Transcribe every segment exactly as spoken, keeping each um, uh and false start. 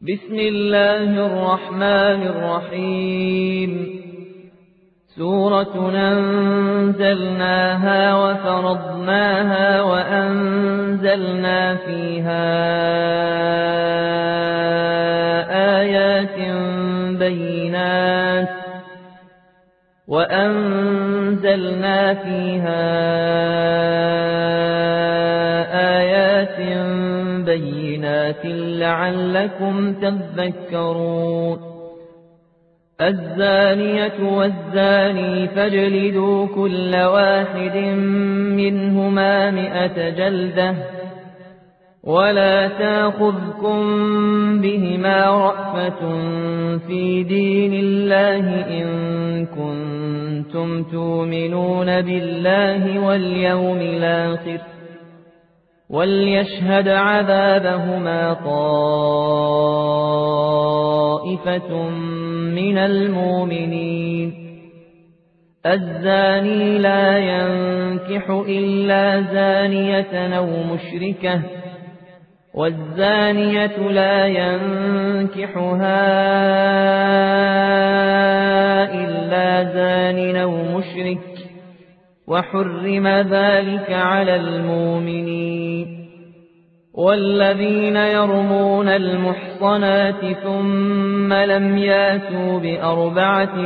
بسم الله الرحمن الرحيم سورة أنزلناها وفرضناها وأنزلنا فيها آيات بينات وأنزلنا فيها آيات بينات لعلكم تذكرون الزانية والزاني فاجلدوا كل واحد منهما مئة جلدة ولا تأخذكم بهما رأفة في دين الله إن كنتم تؤمنون بالله واليوم الآخر وليشهد عذابهما طائفة من المؤمنين الزاني لا ينكح إلا زانية أو مشركة والزانية لا ينكحها إلا زان أو مشرك وحرم ذلك على المؤمنين والذين يرمون المحصنات ثم لم ياتوا بأربعة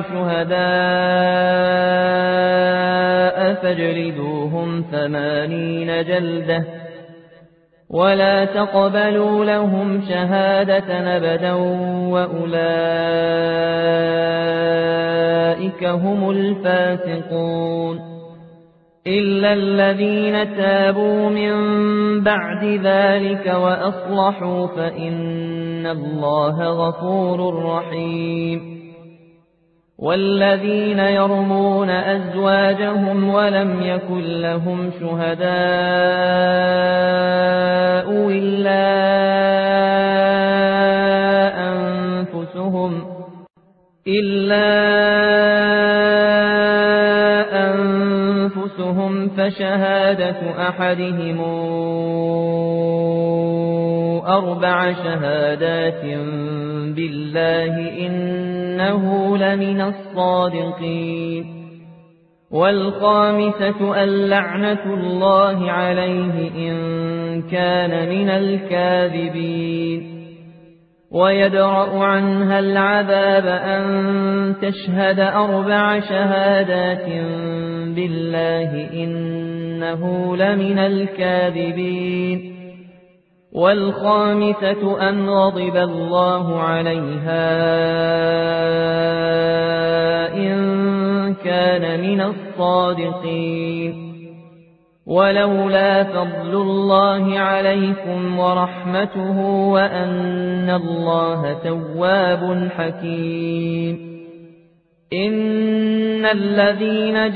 شهداء فاجلدوهم ثمانين جلدة ولا تقبلوا لهم شهادة أبدا وأولئك هم الفاسقون إلا الذين تابوا من بعد ذلك وأصلحوا فإن الله غفور رحيم والذين يرمون أزواجهم ولم يكن لهم شهداء إلا أنفسهم إلا أنفسهم فشهادة أحدهم أربع شهادات بالله إنه لمن الصادقين والخامسة اللعنة الله عليه إن كان من الكاذبين ويدرأ عنها العذاب أن تشهد أربع شهادات بالله إنه لمن الكاذبين والخامسة أن غضب الله عليها إن كان من الصادقين ولولا فضل الله عليكم ورحمته وأن الله تواب حكيم إن الذين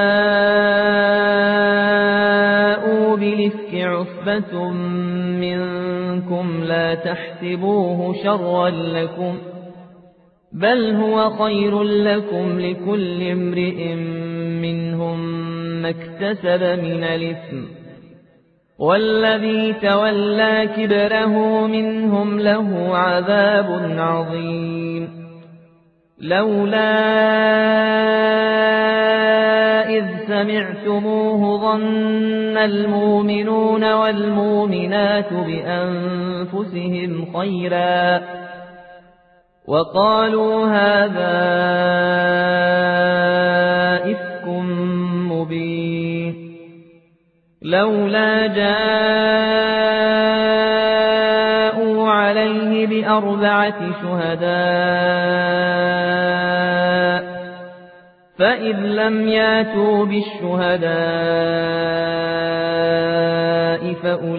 جاءوا بالإفك عصبة منكم لا تحسبوه شرا لكم بل هو خير لكم لكل امرئ منهم ما اكتسب من الإثم والذي تولى كبره منهم له عذاب عظيم لولا إذ سمعتموه ظن المؤمنون والمؤمنات بأنفسهم خيرا وقالوا هذا إفك مبين لولا جاءوا عليه بأربعة شهداء فإذ لم ياتوا بالشهداء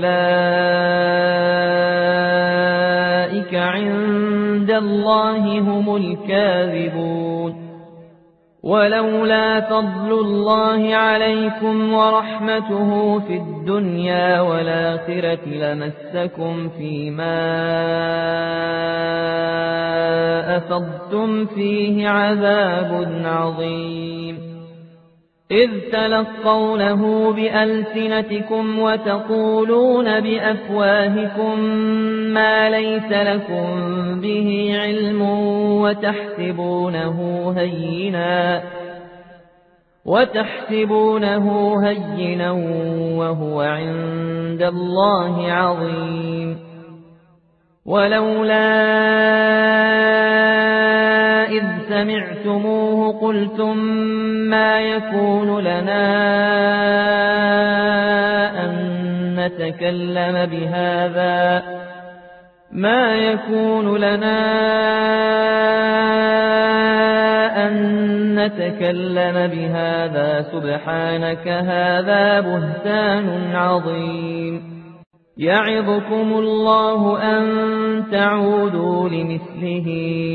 فأولئك عند الله هم الكاذبون ولولا فضل الله عليكم ورحمته في الدنيا والآخرة لمسكم فيما أفضتم فيه عذاب عظيم إذ تلقونه بألسنتكم وتقولون بأفواهكم ما ليس لكم به علم وتحسبونه هينا وتحسبونه هينا وهو عند الله عظيم. ولولا إذ سمعتموه قلتم ما يكون لنا أن نتكلم بهذا ما يكون لنا أن نتكلم بهذا سبحانك هذا بهتان عظيم. يعظكم الله أن تعودوا لمثله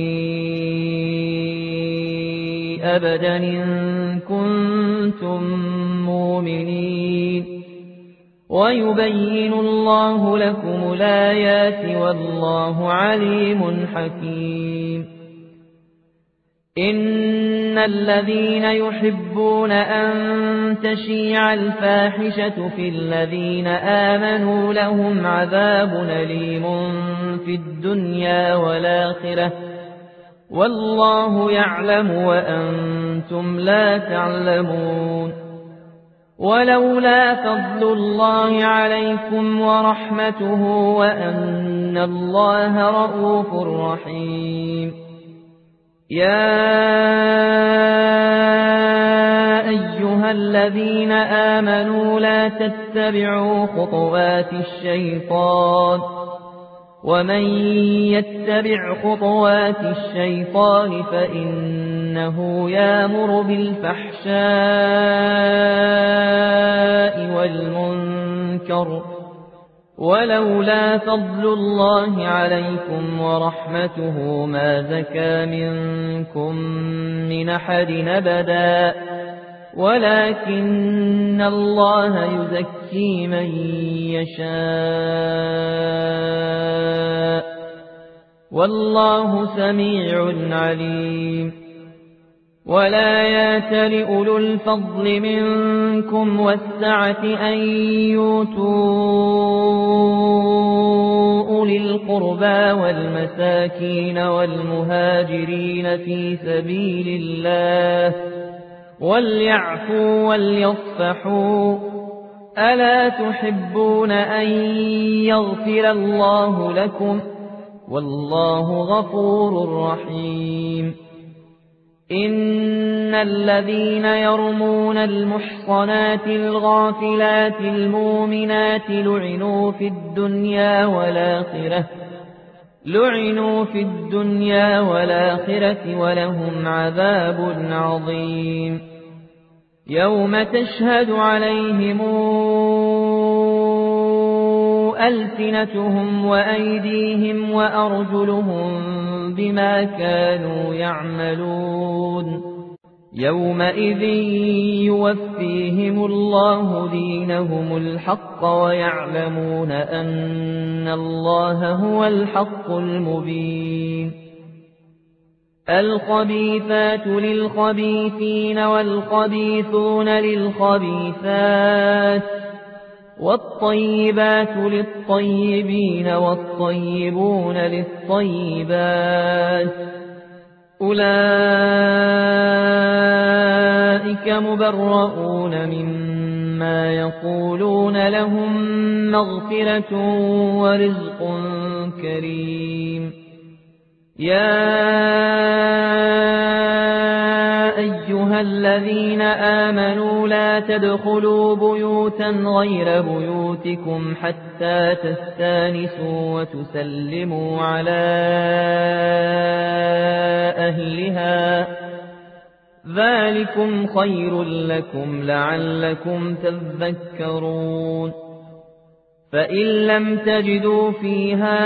أبدا إن كنتم مؤمنين. ويبين الله لكم الآيات والله عليم حكيم. إن الذين يحبون أن تشيع الفاحشة في الذين آمنوا لهم عذاب أليم في الدنيا والآخرة والله يعلم وأنتم لا تعلمون. ولولا فضل الله عليكم ورحمته وأن الله رءوف رحيم. يا أيها الذين آمنوا لا تتبعوا خطوات الشيطان ومن يتبع خطوات الشيطان فإنه يأمر بالفحشاء والمنكر. ولولا فضل الله عليكم ورحمته ما زكى منكم من أحد أبدا ولكن الله يزكي من يشاء والله سميع عليم. ولا يأتل أولو الفضل منكم والسعة أن يؤتوا أولي القربى والمساكين والمهاجرين في سبيل الله وليعفوا وليصفحوا ألا تحبون أن يغفر الله لكم والله غفور رحيم. إن الذين يرمون المحصنات الغافلات المؤمنات لعنوا في الدنيا والآخرة لعنوا في الدنيا والآخرة ولهم عذاب عظيم. يوم تشهد عليهم ألسنتهم وأيديهم وأرجلهم بما كانوا يعملون. يومئذ يوفيهم الله دينهم الحق ويعلمون أن الله هو الحق المبين. الخبيثات للخبيثين والخبيثون للخبيثات والطيبات للطيبين والطيبون للطيبات أولئك مبرؤون مما يقولون لهم مغفرة ورزق كريم. يا أيها الذين آمنوا لا تدخلوا بيوتا غير بيوتكم حتى تستانسوا وتسلموا على أهلها ذلكم خير لكم لعلكم تذكرون. فإن لم تجدوا فيها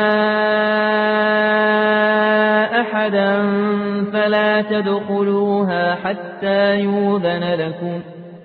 أحدا فلا تدخلوها حتى يؤذن لكم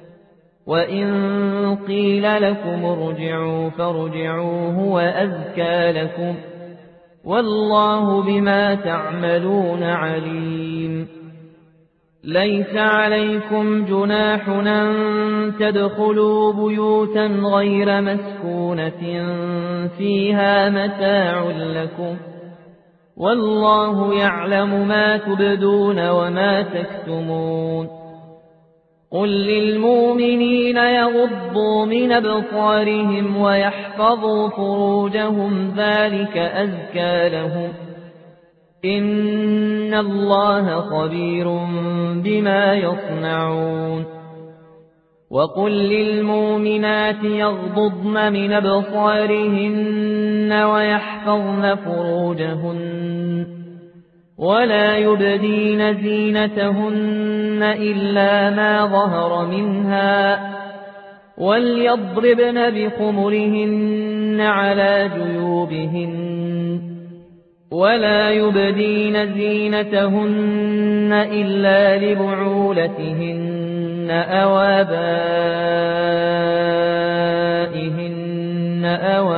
وإن قيل لكم ارجعوا فارجعوا هو أزكى لكم والله بما تعملون عليم. ليس عليكم جناح أن تدخلوا بيوتا غير مسكونة فيها متاع لكم والله يعلم ما تبدون وما تكتمون قل للمؤمنين يغضوا من أبصارهم ويحفظوا فروجهم ذلك أزكى لهم إن الله خبير بما يصنعون وقل للمؤمنات يغضضن من أبصارهن ويحفظن فروجهن ولا يبدين زينتهن إلا ما ظهر منها وليضربن بخمرهن على جيوبهن ولا يبدين زينتهن إلا لبعولتهن أو آبائهن أو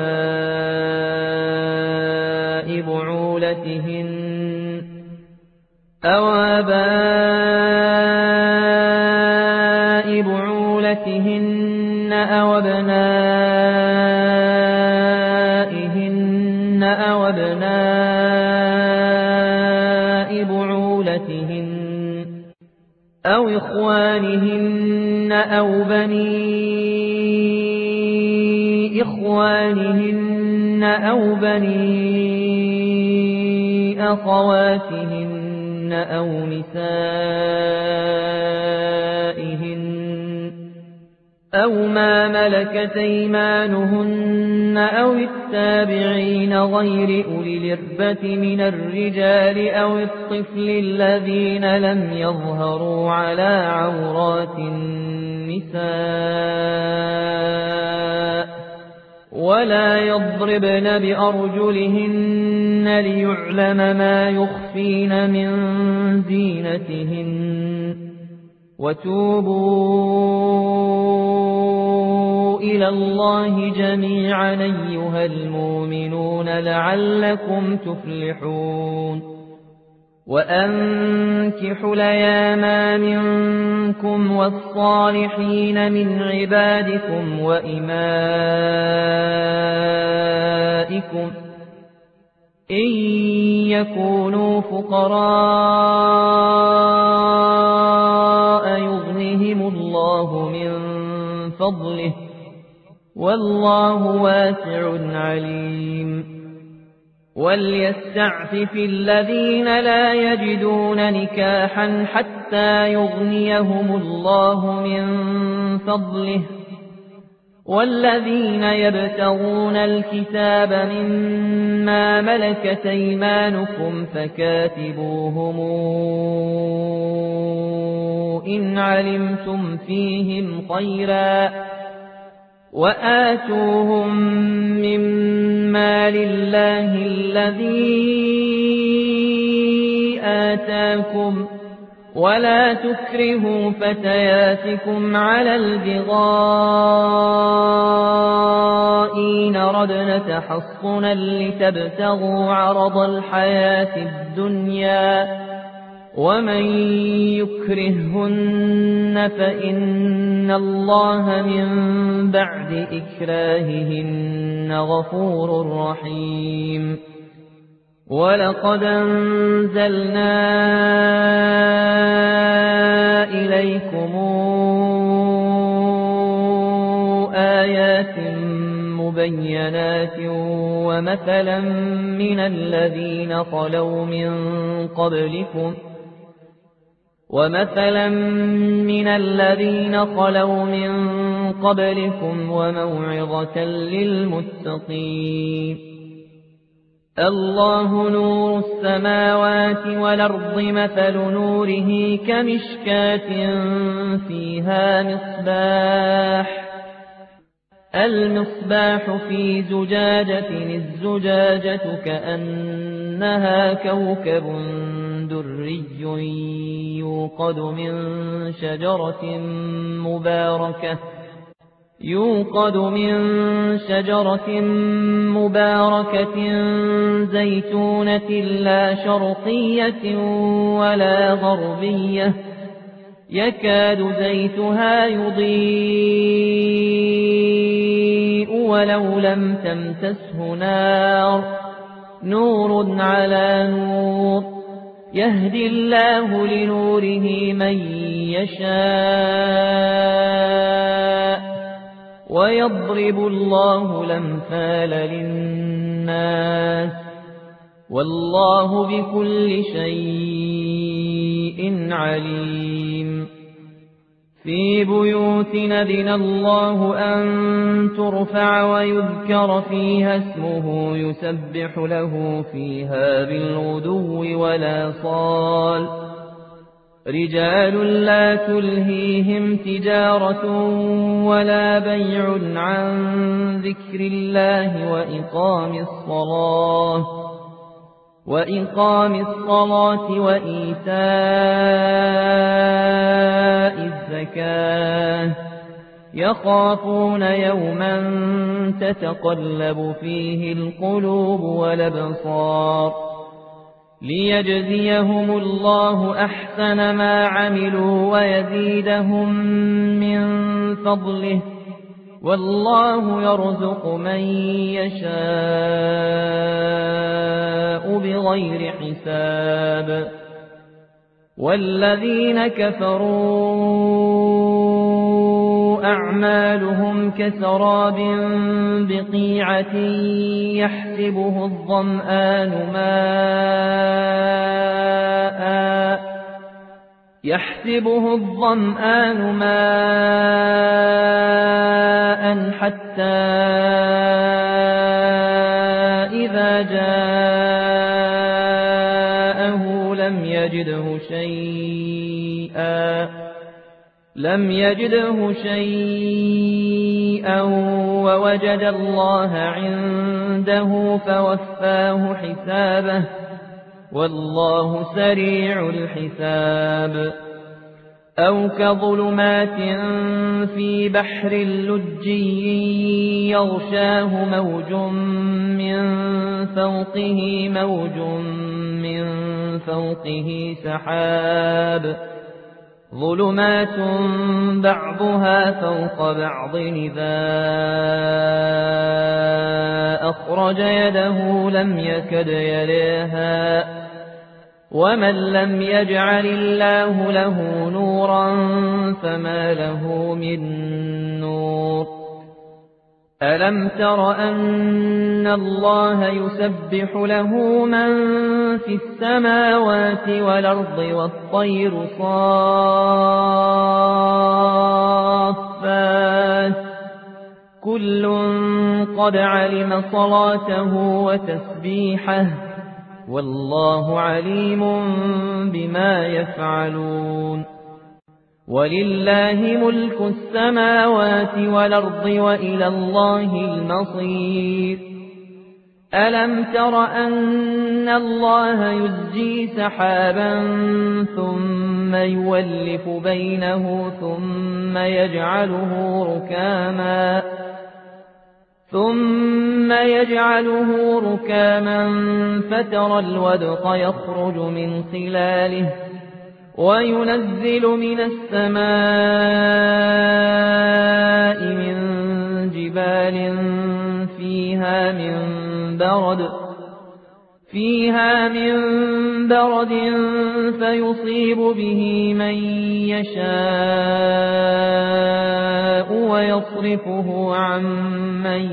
آباء بعولتهن أو آباء بعولتهن أو أبنائهن أو أبناء بعولتهن أو إخوانهن أو بني إخوانهن أو بني أخواتهن أو نسائهن أو ما ملكت أيمانهن أو التابعين غير أولي الإربة من الرجال أو الطفل الذين لم يظهروا على عورات النساء ولا يضربن بأرجلهن ليعلم ما يخفين من زينتهن وتوبوا إلى الله جميعا أيها المؤمنون لعلكم تفلحون وأنكحوا الأيام منكم والصالحين من عبادكم وإمائكم إن يكونوا فقراء يغنهم الله من فضله والله واسع عليم وليستعفف الذين لا يجدون نكاحا حتى يغنيهم الله من فضله والذين يبتغون الكتاب مما ملكت أيمانكم فكاتبوهم إن علمتم فيهم خيرا وآتوهم مما لله الذي آتاكم ولا تكرهوا فتياتكم على البغاء إن ردنا تحصنا لتبتغوا عرض الحياة الدنيا ومن يكرههن فإن الله من بعد إكراههن غفور رحيم ولقد أنزلنا إليكم آيات مبينات ومثلا من الذين خلوا من قبلكم ومثلا من الذين خلوا من قبلكم وموعظة للمتقين الله نور السماوات والأرض مثل نوره كمشكاة فيها مصباح المصباح في زجاجة الزجاجة كأنها كوكب دري يوقد من شجرة مباركة يوقد من شجرة مباركة زيتونة لا شرقية ولا غربية يكاد زيتها يضيء ولو لم تمسسه نار نور على نور يهدي الله لنوره من يشاء ويضرب الله الأمثال للناس والله بكل شيء عليم في بيوت أذن الله أن ترفع ويذكر فيها اسمه يسبح له فيها بالغدو والآصال رجال لا تلهيهم تجارة ولا بيع عن ذكر الله وإقام الصلاة وإقام الصلاة وإيتاء الزكاة يخافون يوما تتقلب فيه القلوب والأبصار ليجزيهم الله أحسن ما عملوا ويزيدهم من فضله والله يرزق من يشاء بغير حساب والذين كفروا أعمالهم كسراب بقيعة يحسبه الظمآن ماءً يحسبه الظمآن ماءً حتى إذا جاءه لم يجده شيئا لم يجده شيئا ووجد الله عنده فوفاه حسابه والله سريع الحساب أو كظلمات في بحر لجي يغشاه موج من فوقه موج من فوقه سحاب ظلمات بعضها فوق بعض إذا أخرج يده لم يكد يريها ومن لم يجعل الله له نورا فما له من نور ألم تر أن الله يسبح له من في السماوات والأرض والطير صافات كل قد علم صلاته وتسبيحه والله عليم بما يفعلون ولله ملك السماوات والأرض وإلى الله المصير ألم تر أن الله يزجي سحابا ثم يولف بينه ثم يجعله ركاما ثم يجعله ركاما فترى الودق يخرج من خلاله وينزل من السماء من جبال فيها من برد فيها من برد فيصيب به من يشاء ويصرفه عن من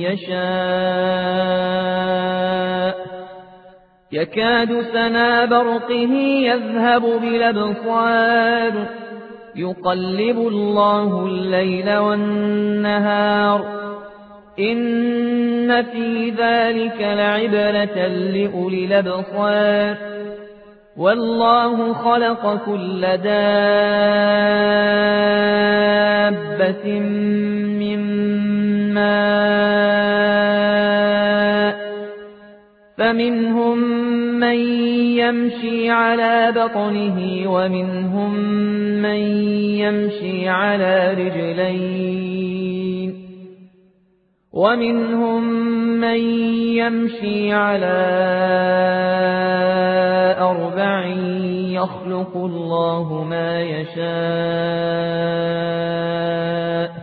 يشاء يكاد سنا برقه يذهب بالأبصار يقلب الله الليل والنهار إن في ذلك لعبرة لأولي الأبصار والله خلق كل دابة من ماء فمنهم من يمشي على بطنه ومنهم من يمشي على رجلين ومنهم من يمشي على أربع يخلق الله ما يشاء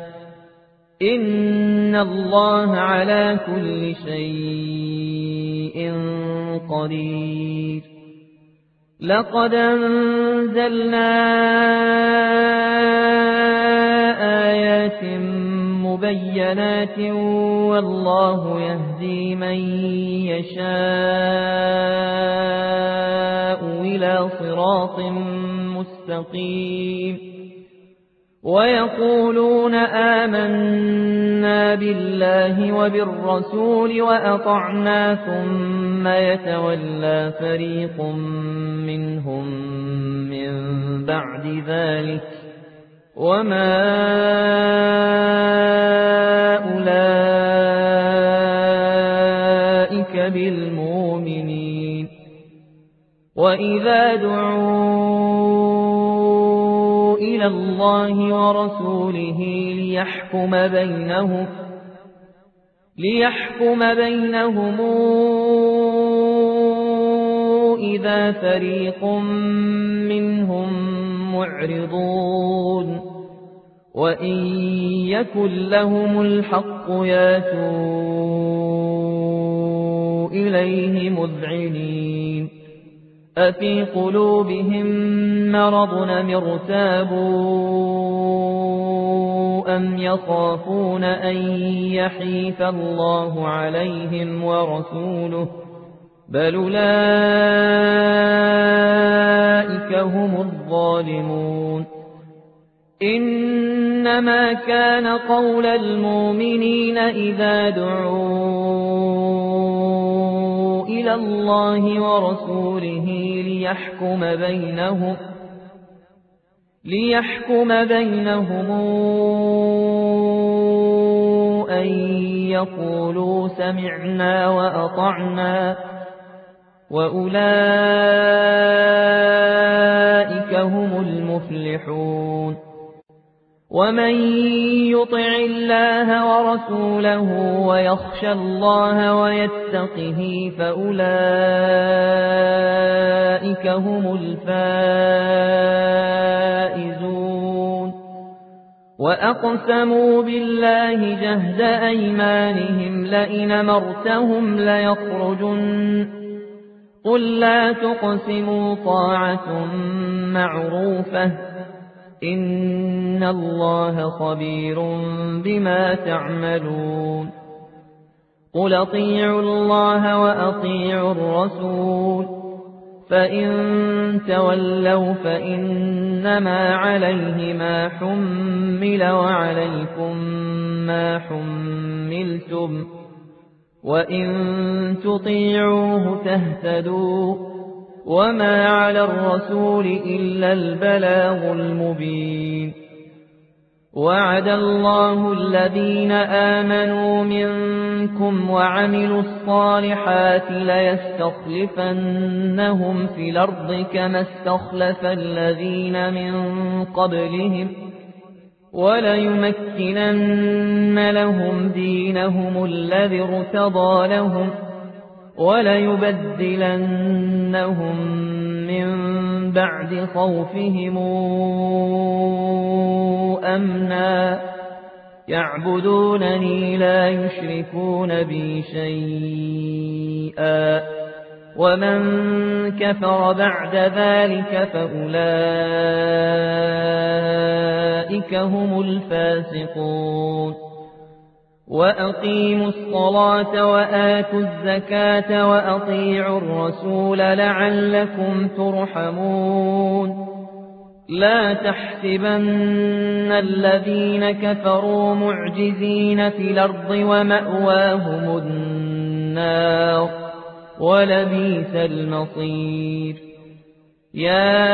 إن الله على كل شيء قدير. لقد أنزلنا آيات مبينات والله يهدي من يشاء إلى صراط مستقيم. ويقولون آمنا بالله وبالرسول وأطعنا ثم يتولى فريق منهم من بعد ذلك وما أولئك بالمؤمنين. وإذا دعوا إلى الله ورسوله ليحكم بينهم ليحكم بينهم إذا فريق منهم معرضون وإن يكن لهم الحق ياتوا إليه مذعنين. أفي قلوبهم مرض أم ارتابوا أم يخافون أن يحيف الله عليهم ورسوله بل أولئك هم الظالمون. إنما كان قول المؤمنين إذا دعوا إلى الله ورسوله ليحكم بينهم ليحكم بينهم أن يقولوا سمعنا وأطعنا وأولئك هم المفلحون. ومن يطع الله ورسوله ويخشى الله ويتقه فأولئك هم الفائزون. وأقسموا بالله جهد أيمانهم لئن أمرتهم ليخرجن قل لا تقسموا طاعة معروفة إن الله خبير بما تعملون. قل أطيعوا الله وأطيعوا الرسول فإن تولوا فإنما عليه ما حمل وعليكم ما حملتم وإن تطيعوه تهتدوا وما على الرسول إلا البلاغ المبين. وعد الله الذين آمنوا منكم وعملوا الصالحات ليستخلفنهم في الأرض كما استخلف الذين من قبلهم وليمكنن لهم دينهم الذي ارتضى لهم وليبدلنهم من بعد خوفهم أمنا يعبدونني لا يشركون بي شيئا ومن كفر بعد ذلك فأولئك هم الفاسقون. وأقيموا الصلاة وآتوا الزكاة وأطيعوا الرسول لعلكم ترحمون. لا تحسبن الذين كفروا معجزين في الأرض ومأواهم النار ولبئس المصير. يا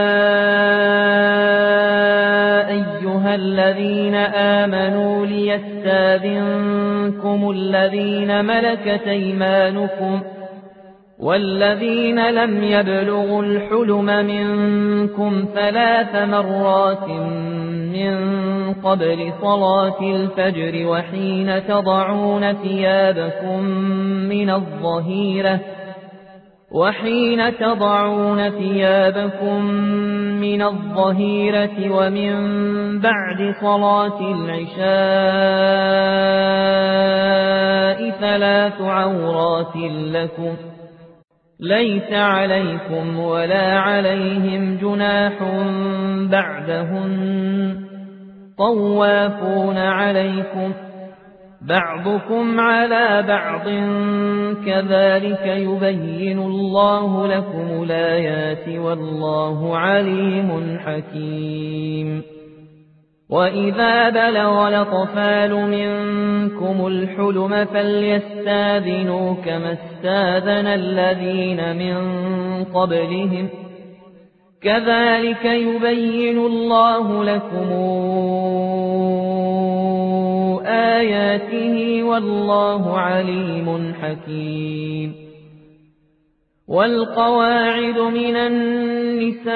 أيها الذين آمنوا ليستاذنكم الذين ملكت أيمانكم والذين لم يبلغوا الحلم منكم ثلاث مرات من قبل صلاة الفجر وحين تضعون ثيابكم من الظهيرة وحين تضعون ثيابكم من الظهيرة ومن بعد صلاة العشاء ثلاث عورات لكم ليس عليكم ولا عليهم جناح بعدهن طوافون عليكم بعضكم على بعض كذلك يبين الله لكم الآيات والله عليم حكيم. وإذا بلغ الأطفال منكم الحلم فليستاذنوا كما استاذن الذين من قبلهم كذلك يبين الله لكم آياته والله عليم حكيم. والقواعد من النساء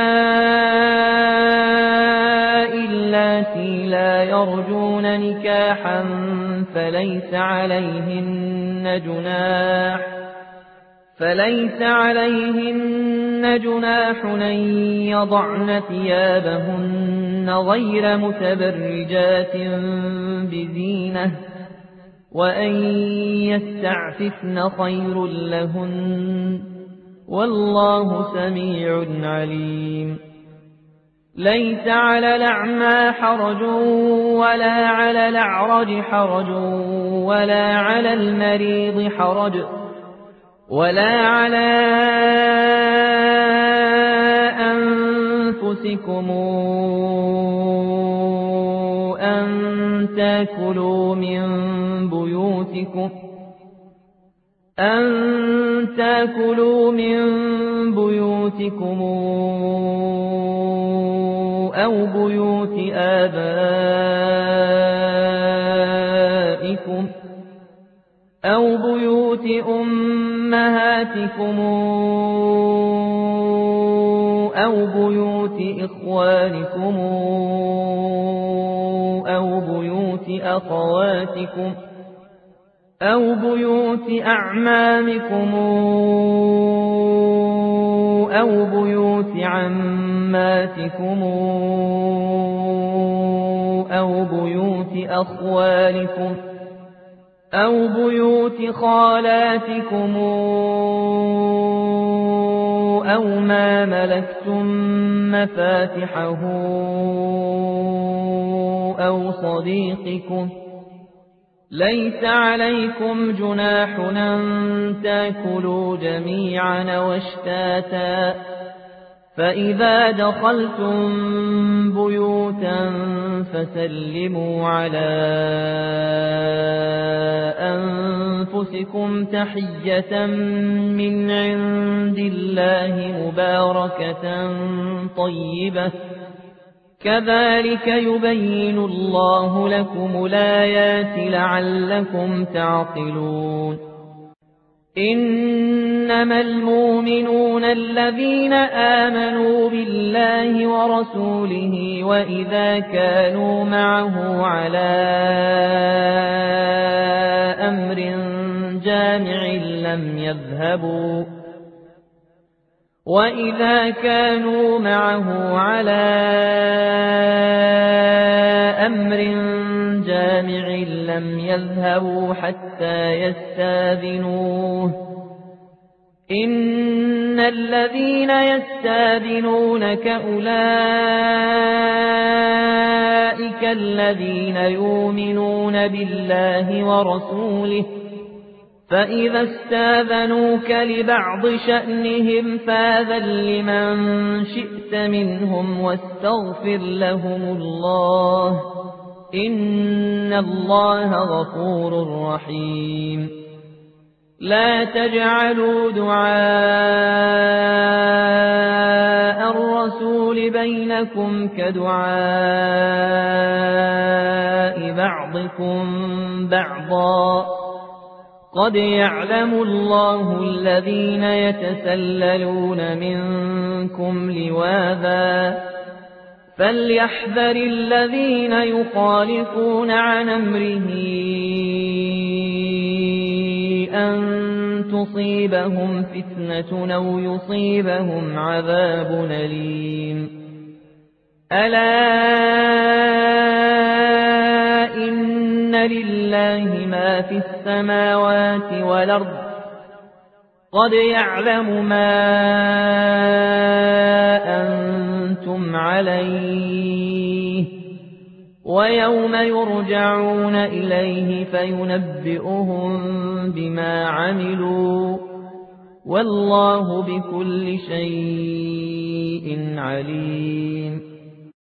اللاتي لا يرجون نكاحا فليس عليهن جناح فليس عليهن جناح أن يضعن ثيابهن غير متبرجات بزينة وأن يستعففن خير لهن والله سميع عليم. ليس على الأعمى حرج ولا على الأعرج حرج ولا على المريض حرج ولا على أنفسكم أن تأكلوا من بيوتكم أن تأكلوا من بيوتكم أو بيوت آبائكم أو بيوت أمهاتكم أو بيوت إخوانكم أو بيوت أخواتكم أو بيوت أعمامكم أو بيوت عماتكم أو بيوت أخوالكم أو بيوت خالاتكم أو ما ملكتم مفاتحه أو صديقكم. ليس عليكم جناح أن تأكلوا جميعا واشتاتا فإذا دخلتم بيوتا فسلموا على أنفسكم تحية من عند الله مباركة طيبة كذلك يبين الله لكم الآيات لعلكم تعقلون. إنما المؤمنون الذين آمنوا بالله ورسوله وإذا كانوا معه على أمر جامع لم يذهبوا وإذا كانوا معه على أمر جامع لم يذهبوا حتى يستاذنوه إن الذين يستاذنونك أولئك الذين يؤمنون بالله ورسوله فإذا استاذنوك لبعض شأنهم فاذن لمن شئت منهم واستغفر لهم الله إن الله غفور رحيم. لا تجعلوا دعاء الرسول بينكم كدعاء بعضكم بعضا قد يعلم الله الذين يتسللون منكم لواذا فليحذر الذين يخالفون عن أمره أن تصيبهم فتنة أو يصيبهم عذاب أليم ألا إن لله ما في السماوات والأرض قد يعلم ما أنتم عليه ويوم يرجعون إليه فينبئهم بما عملوا والله بكل شيء عليم